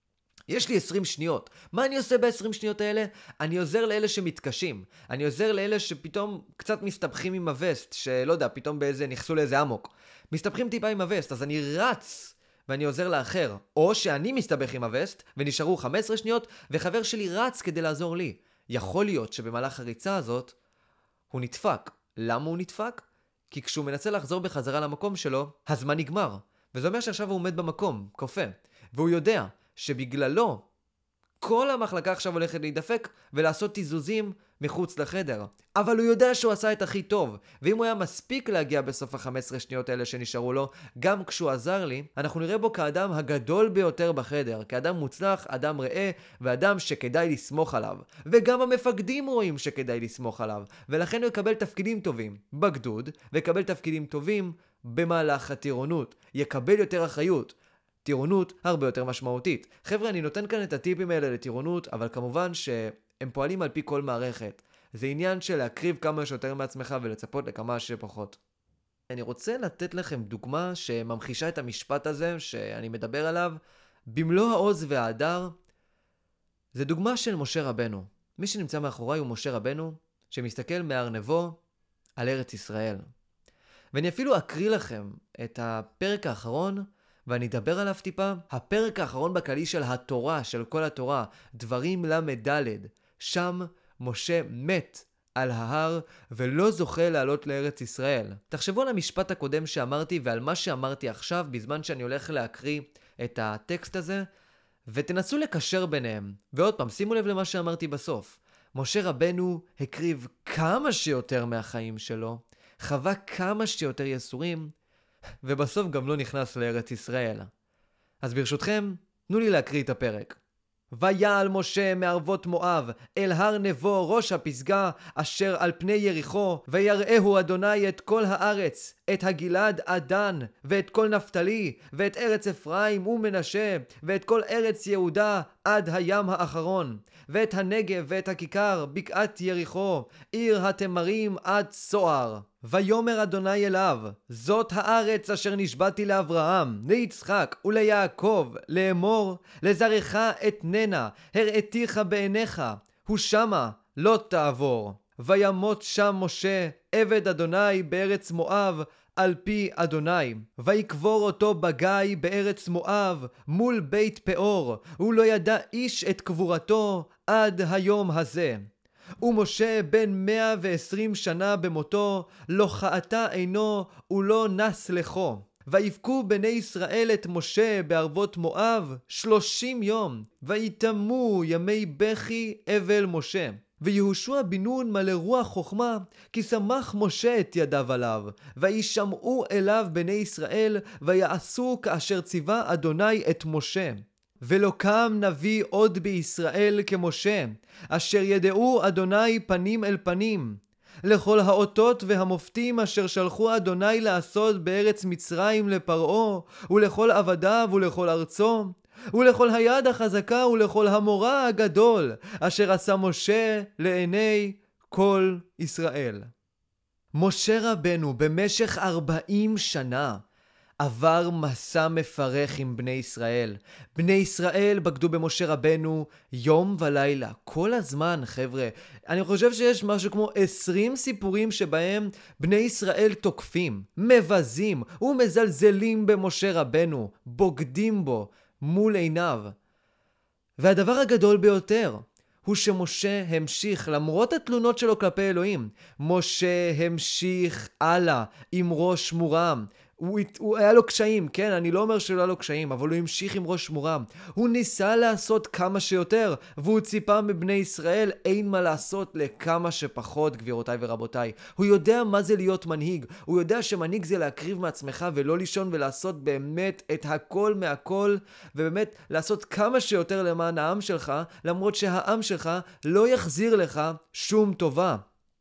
יש לי עשרים שניות. מה אני עושה ב-עשרים שניות האלה? אני עוזר לאלה שמתקשים. אני עוזר לאלה שפתאום קצת מסתבכים עם הווסט, שלא יודע, פתאום באיזה, נכנסו לאיזה עמוק. מסתבכים טיפה עם הווסט, אז אני רץ ואני עוזר לאחר. או שאני מסתבך עם הווסט ונשארו חמש עשרה שניות, וחבר שלי רץ כדי לעזור לי. יכול להיות שבמהלך הריצה הזאת הוא נדפק. למה הוא נדפק? כי כשהוא מנסה לחזור בחזרה למקום שלו, הזמן נגמר. וזה אומר שעכשיו הוא עומד במקום, קופא. והוא יודע שבגללו כל המחלקה עכשיו הולכת להידפק ולעשות תיזוזים מחוץ לחדר. אבל הוא יודע שהוא עשה את הכי טוב, ואם הוא היה מספיק להגיע בסוף ה-חמש עשרה שניות האלה שנשארו לו, גם כשהוא עזר לי, אנחנו נראה בו כאדם הגדול ביותר בחדר, כאדם מוצלח, אדם ראה, ואדם שכדאי לסמוך עליו. וגם המפקדים רואים שכדאי לסמוך עליו, ולכן הוא יקבל תפקידים טובים בגדוד, ויקבל תפקידים טובים במהלך הטירונות, יקבל יותר אחריות. טירונות הרבה יותר משמעותית. חבר'ה, אני נותן כאן את הטיפים האלה לטירונות, אבל כמובן שהם פועלים על פי כל מערכת. זה עניין של להקריב כמה שיותר מעצמך ולצפות לכמה שפחות. אני רוצה לתת לכם דוגמה שממחישה את המשפט הזה שאני מדבר עליו במלוא העוז וההדר. זה דוגמה של משה רבנו. מי שנמצא מאחוריי הוא משה רבנו, שמסתכל מהר נבו על ארץ ישראל. ואני אפילו אקריא לכם את הפרק האחרון, ואני אדבר עליו טיפה. הפרק האחרון בכללי של התורה, של כל התורה, דברים למד, שם משה מת על ההר ולא זוכה לעלות לארץ ישראל. תחשבו על המשפט הקודם שאמרתי ועל מה שאמרתי עכשיו בזמן שאני הולך להקריא את הטקסט הזה, ותנסו לקשר ביניהם. ועוד פעם, שימו לב למה שאמרתי בסוף. משה רבנו הקריב כמה שיותר מהחיים שלו, חווה כמה שיותר יסורים, ובסוף גם לא נכנס לארץ ישראל. אז ברשותכם, תנו לי להקריא את הפרק. ויעל משה מערבות מואב אל הר נבו ראש הפסגה אשר על פני יריחו, ויראהו אדוני את כל הארץ, את הגלעד עד דן, ואת כל נפתלי, ואת ארץ אפרים ומנשה, ואת כל ארץ יהודה עד הים האחרון, ואת הנגב ואת הכיכר, בקעת יריחו, עיר התמרים עד צוער. ויאמר אדוני אליו, זאת הארץ אשר נשבעתי לאברהם, ליצחק וליעקב, לאמור, לזרעך אתננה, הראיתיך בעיניך, ושמה לא תעבור. וימות שם משה, עבד אדוני בארץ מואב, על פי אדוני. ויקבור אותו בגיא בארץ מואב, מול בית פאור, ולא ידע איש את קבורתו עד היום הזה. ומשה בן מאה ועשרים שנה במותו, לא חעתה עינו ולא נס לכו. ויבכו בני ישראל את משה בערבות מואב שלושים יום, ויתמו ימי בכי אבל משה. ויהושע בן נון מלא רוח חוכמה, כי שמח משה את ידיו עליו, וישמעו אליו בני ישראל, ויעשו כאשר ציווה אדוני את משה. ולא קם נביא עוד בישראל כמשה, אשר ידעו אדוני פנים אל פנים. לכל האותות והמופתים אשר שלחו אדוני לעשות בארץ מצרים לפרעה, ולכל עבדיו ולכל ארצו, ולכל היד החזקה ולכל המורא הגדול, אשר עשה משה לעיני כל ישראל. משה רבנו במשך ארבעים שנה עבר מסע מפרך עם בני ישראל. בני ישראל בגדו במשה רבנו יום ולילה, כל הזמן חבר'ה. אני חושב שיש משהו כמו עשרים סיפורים שבהם בני ישראל תוקפים, מבזים ומזלזלים במשה רבנו, בוגדים בו מול עיניו. והדבר הגדול ביותר הוא שמשה המשיך, למרות התלונות שלו כלפי אלוהים, משה המשיך הלאה עם ראש מורם. הוא, הוא היה לו קשיים, כן, אני לא אומר שלא היה לו קשיים, אבל הוא המשיך עם ראש מורם. הוא ניסה לעשות כמה שיותר, והוא ציפה מבני ישראל אין מה לעשות לכמה שפחות, גבירותיי ורבותיי. הוא יודע מה זה להיות מנהיג, הוא יודע שמנהיג זה להקריב מעצמך ולא לישון ולעשות באמת את הכל מהכל, ובאמת לעשות כמה שיותר למען העם שלך, למרות שהעם שלך לא יחזיר לך שום טובה.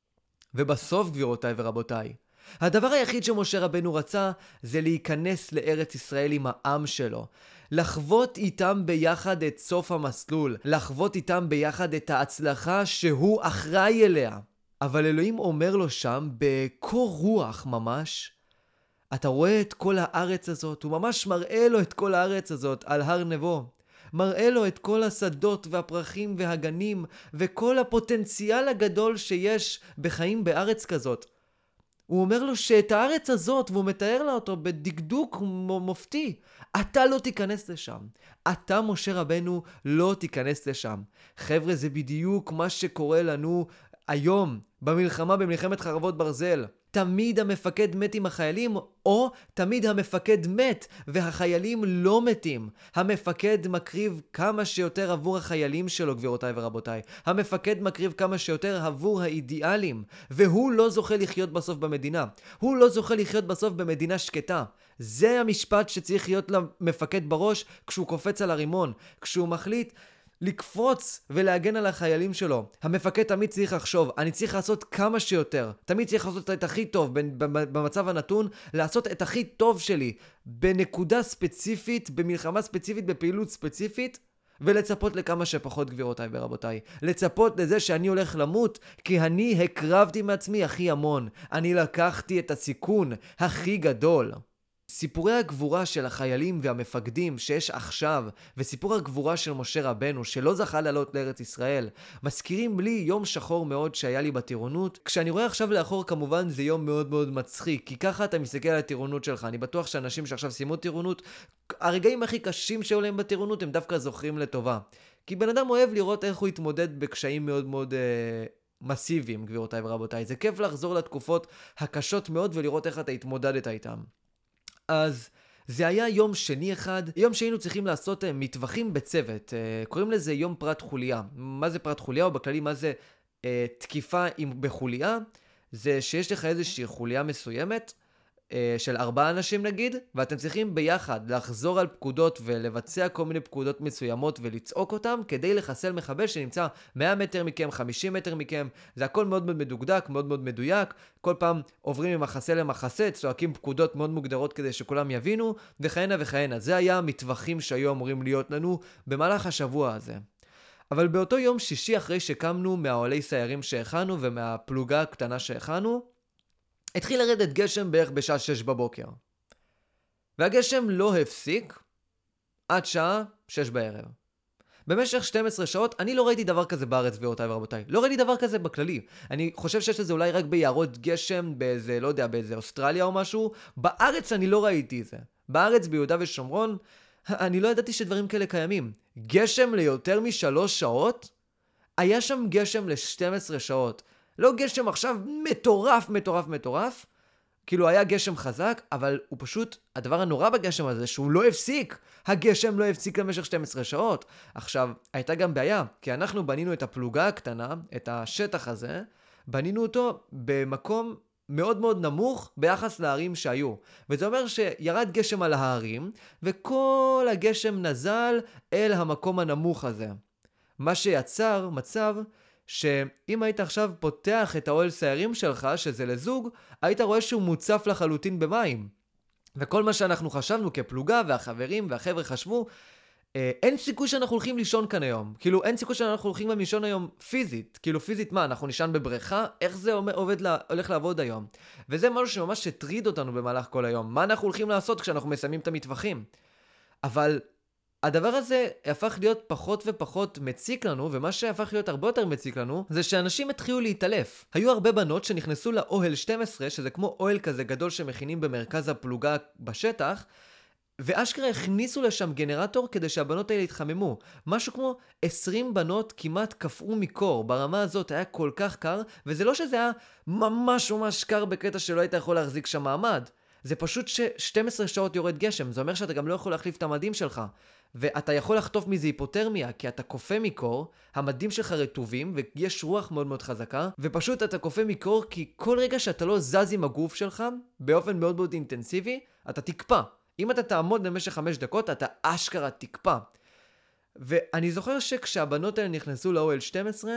ובסוף, גבירותיי ורבותיי, הדבר היחיד שמשה רבנו רצה זה להיכנס לארץ ישראל עם העם שלו. לחוות איתם ביחד את סוף המסלול. לחוות איתם ביחד את ההצלחה שהוא אחראי אליה. אבל אלוהים אומר לו שם בקור רוח ממש, אתה רואה את כל הארץ הזאת, הוא ממש מראה לו את כל הארץ הזאת על הר נבו. מראה לו את כל השדות והפרחים והגנים וכל הפוטנציאל הגדול שיש בחיים בארץ כזאת. הוא אומר לו שאת הארץ הזאת, והוא מתאר לה אותו בדקדוק מופתי, אתה לא תיכנס לשם. אתה, משה רבנו, לא תיכנס לשם. חבר'ה, זה בדיוק מה שקורה לנו היום, במלחמה, במלחמת חרבות ברזל. תמיד המפקד מת עם החיילים, או תמיד המפקד מת והחיילים לא מתים. המפקד מקריב כמה שיותר עבור החיילים שלו, גבירותיי ורבותיי. המפקד מקריב כמה שיותר עבור האידיאלים, והוא לא זוכה לחיות בסוף במדינה. הוא לא זוכה לחיות בסוף במדינה שקטה. זה המשפט שצריך להיות למפקד בראש כשהוא קופץ על הרימון, כשהוא מחליט לקפוץ ולהגן על החיילים שלו. המפקד תמיד צריך לחשוב, אני צריך לעשות כמה שיותר. תמיד צריך לעשות את הכי טוב במצב הנתון, לעשות את הכי טוב שלי בנקודה ספציפית, במלחמה ספציפית, בפעילות ספציפית, ולצפות לכמה שפחות, גבירותיי ורבותיי. לצפות לזה שאני הולך למות, כי אני הקרבתי מעצמי הכי המון. אני לקחתי את הסיכון הכי גדול. סיפורי הגבורה של החיילים והמפקדים שיש עכשיו, וסיפור הגבורה של משה רבנו שלא זכה לעלות לארץ ישראל, מזכירים לי יום שחור מאוד שהיה לי בטירונות. כשאני רואה עכשיו לאחור, כמובן זה יום מאוד מאוד מצחיק, כי ככה אתה מסתכל על הטירונות שלך. אני בטוח שאנשים שעכשיו סיימו טירונות, הרגעים הכי קשים שהיו להם בטירונות הם דווקא זוכרים לטובה, כי בן אדם אוהב לראות איך הוא התמודד בקשיים מאוד מאוד אה, מסיביים, גבירותיי ורבותיי. זה כיף לחזור לתקופות הקשות מאוד ולראות איך אתה התמודדת איתם. אז זה היה יום שני אחד, יום שהיינו צריכים לעשות uh, מטווחים בצוות, uh, קוראים לזה יום פרט חוליה. מה זה פרט חוליה, או בכללי מה זה uh, תקיפה עם, בחוליה? זה שיש לך איזושהי חוליה מסוימת, uh, של ארבעה אנשים נגיד, ואתם צריכים ביחד לחזור על פקודות ולבצע כל מיני פקודות מסוימות ולצעוק אותם, כדי לחסל מחבל שנמצא מאה מטר מכם, חמישים מטר מכם. זה הכל מאוד מאוד מדוקדק, מאוד מאוד מדויק. כל פעם עוברים ממחסה למחסה, צועקים פקודות מאוד מוגדרות כדי שכולם יבינו, וכהנה וכהנה. זה היה המטווחים שהיו אמורים להיות לנו במהלך השבוע הזה. אבל באותו יום שישי, אחרי שקמנו מהעולי סיירים שהכנו ומהפלוגה הקטנה שהכנו, התחיל לרדת גשם בערך בשעה שש בבוקר. והגשם לא הפסיק עד שעה שש בערב. במשך שתים עשרה שעות אני לא ראיתי דבר כזה בארץ, גבירותיי ורבותיי. לא ראיתי דבר כזה בכללי. אני חושב שיש לזה אולי רק ביערות גשם, באיזה, לא יודע, באיזה אוסטרליה או משהו. בארץ אני לא ראיתי את זה. בארץ, ביהודה ושומרון, אני לא ידעתי שדברים כאלה קיימים. גשם ליותר משלוש שעות? היה שם גשם ל-שתים עשרה שעות. לא גשם עכשיו מטורף, מטורף, מטורף. כאילו היה גשם חזק, אבל הוא פשוט, הדבר הנורא בגשם הזה, שהוא לא הפסיק. הגשם לא הפסיק למשך שתים עשרה שעות. עכשיו, הייתה גם בעיה, כי אנחנו בנינו את הפלוגה הקטנה, את השטח הזה, בנינו אותו במקום מאוד מאוד נמוך ביחס להרים שהיו. וזה אומר שירד גשם על ההרים, וכל הגשם נזל אל המקום הנמוך הזה. מה שיצר מצב שאם היית עכשיו פותח את האוהל סיירים שלך, שזה לזוג, היית רואה שהוא מוצף לחלוטין במים. וכל מה שאנחנו חשבנו כפלוגה והחברים והחבר'ה חשבו, אה, אין סיכוי שאנחנו הולכים לישון כאן היום. כאילו, אין סיכוי שאנחנו הולכים לישון היום פיזית. כאילו, פיזית מה? אנחנו נישן בבריכה? איך זה עובד, הולך לעבוד היום? וזה משהו שממש הטריד אותנו במהלך כל היום. מה אנחנו הולכים לעשות כשאנחנו מסיימים את המטווחים? אבל הדבר הזה הפך להיות פחות ופחות מציק לנו, ומה שהפך להיות הרבה יותר מציק לנו, זה שאנשים התחילו להתעלף. היו הרבה בנות שנכנסו לאוהל שתים עשרה, שזה כמו אוהל כזה גדול שמכינים במרכז הפלוגה בשטח, ואשכרה הכניסו לשם גנרטור כדי שהבנות האלה יתחממו. משהו כמו עשרים בנות כמעט קפאו מקור. ברמה הזאת היה כל כך קר, וזה לא שזה היה ממש ממש קר בקטע שלא היית יכול להחזיק שם מעמד. זה פשוט ש-שתים עשרה שעות יורד גשם, זה אומר שאתה גם לא יכול להחליף את המדים שלך. ואתה יכול לחטוף מזה היפותרמיה, כי אתה קופא מקור, המדים שלך רטובים, ויש רוח מאוד מאוד חזקה, ופשוט אתה קופא מקור כי כל רגע שאתה לא זז עם הגוף שלך, באופן מאוד מאוד אינטנסיבי, אתה תקפא. אם אתה תעמוד למשך חמש דקות, אתה אשכרה תקפא. ואני זוכר שכשהבנות האלה נכנסו לאוהל שתים עשרה,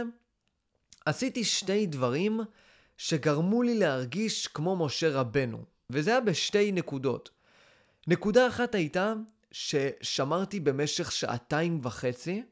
עשיתי שתי דברים שגרמו לי להרגיש כמו משה רבנו. וזה היה בשתי נקודות. נקודה אחת הייתה ששמרתי במשך שעתיים וחצי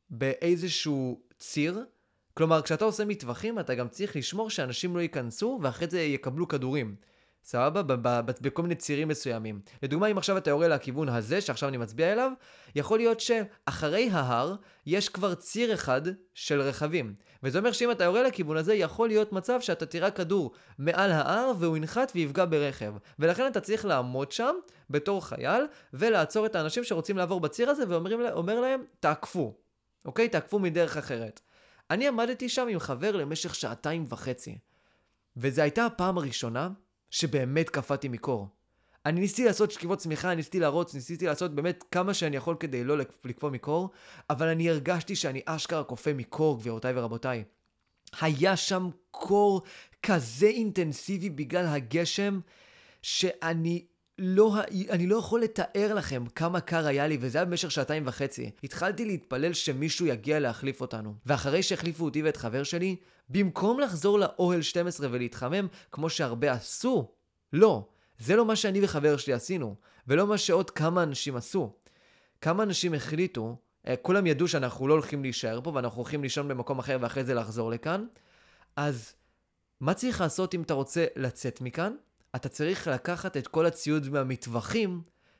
באיזשהו ציר. כלומר, כשאתה עושה מטווחים, אתה גם צריך לשמור שאנשים לא ייכנסו ואחרי זה יקבלו כדורים. סבבה? בכל מיני צירים מסוימים. לדוגמה, אם עכשיו אתה יורה לכיוון הזה, שעכשיו אני מצביע אליו, יכול להיות שאחרי ההר יש כבר ציר אחד של רכבים. וזה אומר שאם אתה יורה לכיוון הזה, יכול להיות מצב שאתה תירה כדור מעל ההר והוא ינחת ויפגע ברכב. ולכן אתה צריך לעמוד שם בתור חייל ולעצור את האנשים שרוצים לעבור בציר הזה ואומר להם, תעקפו. אוקיי? תעקפו מדרך אחרת. אני עמדתי שם עם חבר למשך שעתיים וחצי. וזו הייתה הפעם הראשונה שבאמת קפאתי מקור. אני ניסיתי לעשות שכיבות צמיחה, ניסיתי לרוץ, ניסיתי לעשות באמת כמה שאני יכול כדי לא לקפוא מקור, אבל אני הרגשתי שאני אשכרה קופא מקור, גבירותיי ורבותיי. היה שם קור כזה אינטנסיבי בגלל הגשם, שאני לא, אני לא יכול לתאר לכם כמה קר היה לי, וזה היה במשך שעתיים וחצי. התחלתי להתפלל שמישהו יגיע להחליף אותנו. ואחרי שהחליפו אותי ואת חבר שלי, במקום לחזור לאוהל שתים עשרה ולהתחמם כמו שהרבה עשו, לא. זה לא מה שאני וחבר שלי עשינו, ולא מה שעוד כמה אנשים עשו. כמה אנשים החליטו, כולם ידעו שאנחנו לא הולכים להישאר פה, ואנחנו הולכים לישון במקום אחר ואחרי זה לחזור לכאן. אז מה צריך לעשות אם אתה רוצה לצאת מכאן? אתה צריך לקחת את כל הציוד מהמטווחים,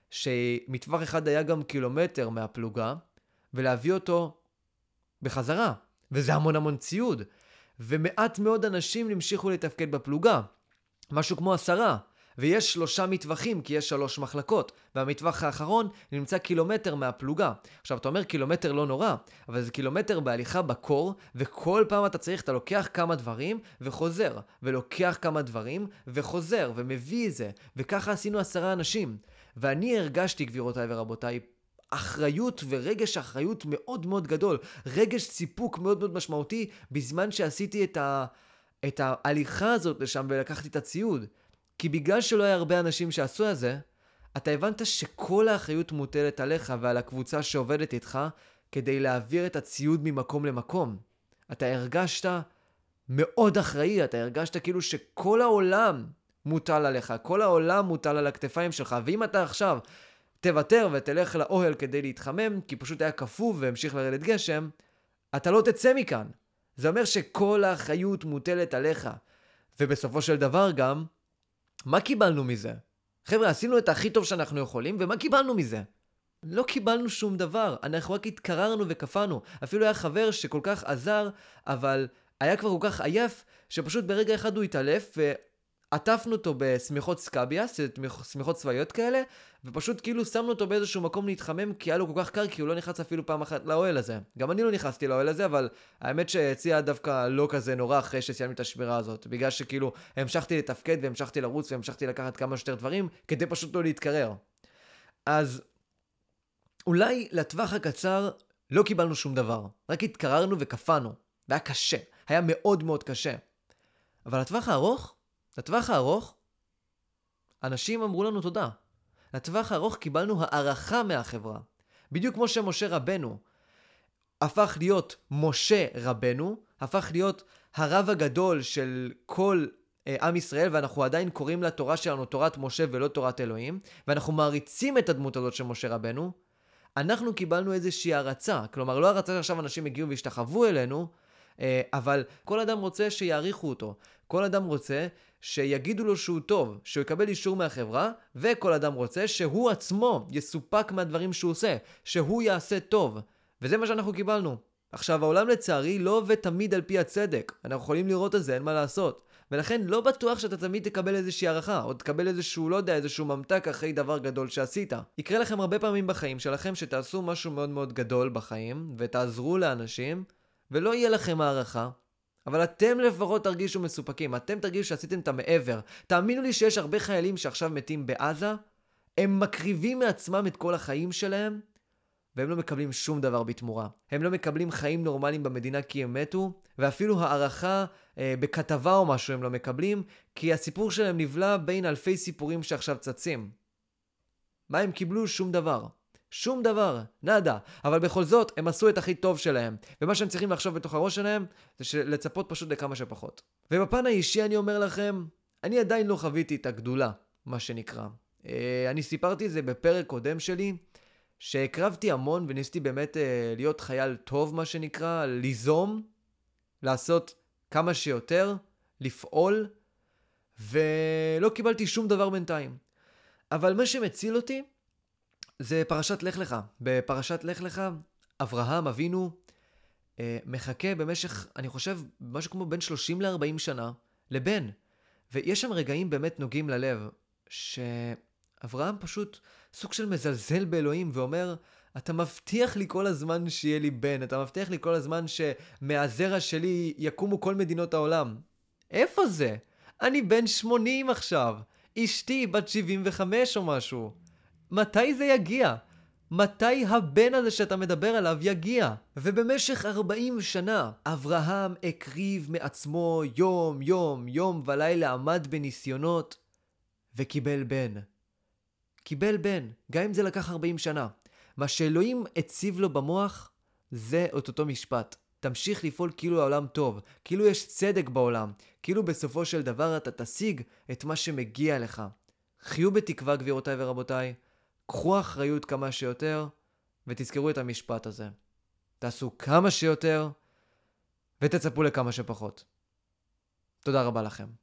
שמטווח אחד היה גם קילומטר מהפלוגה, ולהביא אותו בחזרה. וזה המון המון ציוד. ומעט מאוד אנשים נמשיכו לתפקד בפלוגה. משהו כמו עשרה. ויש שלושה מטווחים, כי יש שלוש מחלקות. והמטווח האחרון נמצא קילומטר מהפלוגה. עכשיו, אתה אומר קילומטר לא נורא, אבל זה קילומטר בהליכה בקור, וכל פעם אתה צריך, אתה לוקח כמה דברים וחוזר, ולוקח כמה דברים וחוזר, ומביא את זה. וככה עשינו עשרה אנשים. ואני הרגשתי, גבירותיי ורבותיי, אחריות ורגש אחריות מאוד מאוד גדול. רגש סיפוק מאוד מאוד משמעותי, בזמן שעשיתי את, ה... את ההליכה הזאת לשם ולקחתי את הציוד. כי בגלל שלא היה הרבה אנשים שעשו את זה, אתה הבנת שכל האחריות מוטלת עליך ועל הקבוצה שעובדת איתך כדי להעביר את הציוד ממקום למקום. אתה הרגשת מאוד אחראי, אתה הרגשת כאילו שכל העולם מוטל עליך, כל העולם מוטל על הכתפיים שלך, ואם אתה עכשיו תוותר ותלך לאוהל כדי להתחמם, כי פשוט היה קפוא והמשיך לרדת גשם, אתה לא תצא מכאן. זה אומר שכל האחריות מוטלת עליך. ובסופו של דבר גם, מה קיבלנו מזה? חבר'ה, עשינו את הכי טוב שאנחנו יכולים, ומה קיבלנו מזה? לא קיבלנו שום דבר, אנחנו רק התקררנו וקפאנו. אפילו היה חבר שכל כך עזר, אבל היה כבר כל כך עייף, שפשוט ברגע אחד הוא התעלף, ועטפנו אותו בסמיכות סקאביאס, סמיכות צבאיות כאלה, ופשוט כאילו שמנו אותו באיזשהו מקום להתחמם, כי היה לו כל כך קר, כי הוא לא נכנס אפילו פעם אחת לאוהל הזה. גם אני לא נכנסתי לאוהל הזה, אבל האמת שהציע דווקא לא כזה נורא אחרי שסיימנו את השמירה הזאת, בגלל שכאילו המשכתי לתפקד והמשכתי לרוץ והמשכתי לקחת כמה שיותר דברים, כדי פשוט לא להתקרר. אז אולי לטווח הקצר לא קיבלנו שום דבר, רק התקררנו וקפאנו, והיה קשה, היה מאוד מאוד קשה. אבל לטווח הארוך, לטווח הארוך, אנשים אמרו לנו תודה. לטווח הארוך קיבלנו הערכה מהחברה. בדיוק כמו שמשה רבנו הפך להיות משה רבנו, הפך להיות הרב הגדול של כל אה, עם ישראל, ואנחנו עדיין קוראים לתורה שלנו תורת משה ולא תורת אלוהים, ואנחנו מעריצים את הדמות הזאת של משה רבנו, אנחנו קיבלנו איזושהי הרצה. כלומר, לא הרצה שעכשיו אנשים הגיעו והשתחוו אלינו, אה, אבל כל אדם רוצה שיעריכו אותו. כל אדם רוצה שיגידו לו שהוא טוב, שהוא יקבל אישור מהחברה, וכל אדם רוצה שהוא עצמו יסופק מהדברים שהוא עושה, שהוא יעשה טוב. וזה מה שאנחנו קיבלנו. עכשיו, העולם לצערי לא עובד תמיד על פי הצדק. אנחנו יכולים לראות את זה, אין מה לעשות. ולכן לא בטוח שאתה תמיד תקבל איזושהי הערכה, או תקבל איזשהו, לא יודע, איזשהו ממתק אחרי דבר גדול שעשית. יקרה לכם הרבה פעמים בחיים שלכם שתעשו משהו מאוד מאוד גדול בחיים, ותעזרו לאנשים, ולא יהיה לכם הערכה. אבל אתם לפחות תרגישו מסופקים, אתם תרגישו שעשיתם את המעבר. תאמינו לי שיש הרבה חיילים שעכשיו מתים בעזה, הם מקריבים מעצמם את כל החיים שלהם, והם לא מקבלים שום דבר בתמורה. הם לא מקבלים חיים נורמליים במדינה כי הם מתו, ואפילו הערכה אה, בכתבה או משהו הם לא מקבלים, כי הסיפור שלהם נבלע בין אלפי סיפורים שעכשיו צצים. מה הם קיבלו? שום דבר. שום דבר, נדה. אבל בכל זאת, הם עשו את הכי טוב שלהם. ומה שהם צריכים לחשוב בתוך הראש שלהם, זה לצפות פשוט לכמה שפחות. ובפן האישי אני אומר לכם, אני עדיין לא חוויתי את הגדולה, מה שנקרא. אה, אני סיפרתי את זה בפרק קודם שלי, שהקרבתי המון וניסיתי באמת אה, להיות חייל טוב, מה שנקרא, ליזום, לעשות כמה שיותר, לפעול, ולא קיבלתי שום דבר בינתיים. אבל מה שמציל אותי, זה פרשת לך לך. בפרשת לך לך, אברהם אבינו אה, מחכה במשך, אני חושב, משהו כמו בין שלושים לארבעים שנה, לבן. ויש שם רגעים באמת נוגעים ללב, שאברהם פשוט סוג של מזלזל באלוהים ואומר, אתה מבטיח לי כל הזמן שיהיה לי בן, אתה מבטיח לי כל הזמן שמהזרע שלי יקומו כל מדינות העולם. איפה זה? אני בן שמונים עכשיו. אשתי בת שבעים וחמש או משהו. מתי זה יגיע? מתי הבן הזה שאתה מדבר עליו יגיע? ובמשך ארבעים שנה, אברהם הקריב מעצמו יום, יום, יום ולילה, עמד בניסיונות וקיבל בן. קיבל בן, גם אם זה לקח ארבעים שנה. מה שאלוהים הציב לו במוח, זה את אותו משפט. תמשיך לפעול כאילו העולם טוב, כאילו יש צדק בעולם, כאילו בסופו של דבר אתה תשיג את מה שמגיע לך. חיו בתקווה, גבירותיי ורבותיי, קחו אחריות כמה שיותר, ותזכרו את המשפט הזה. תעשו כמה שיותר, ותצפו לכמה שפחות. תודה רבה לכם.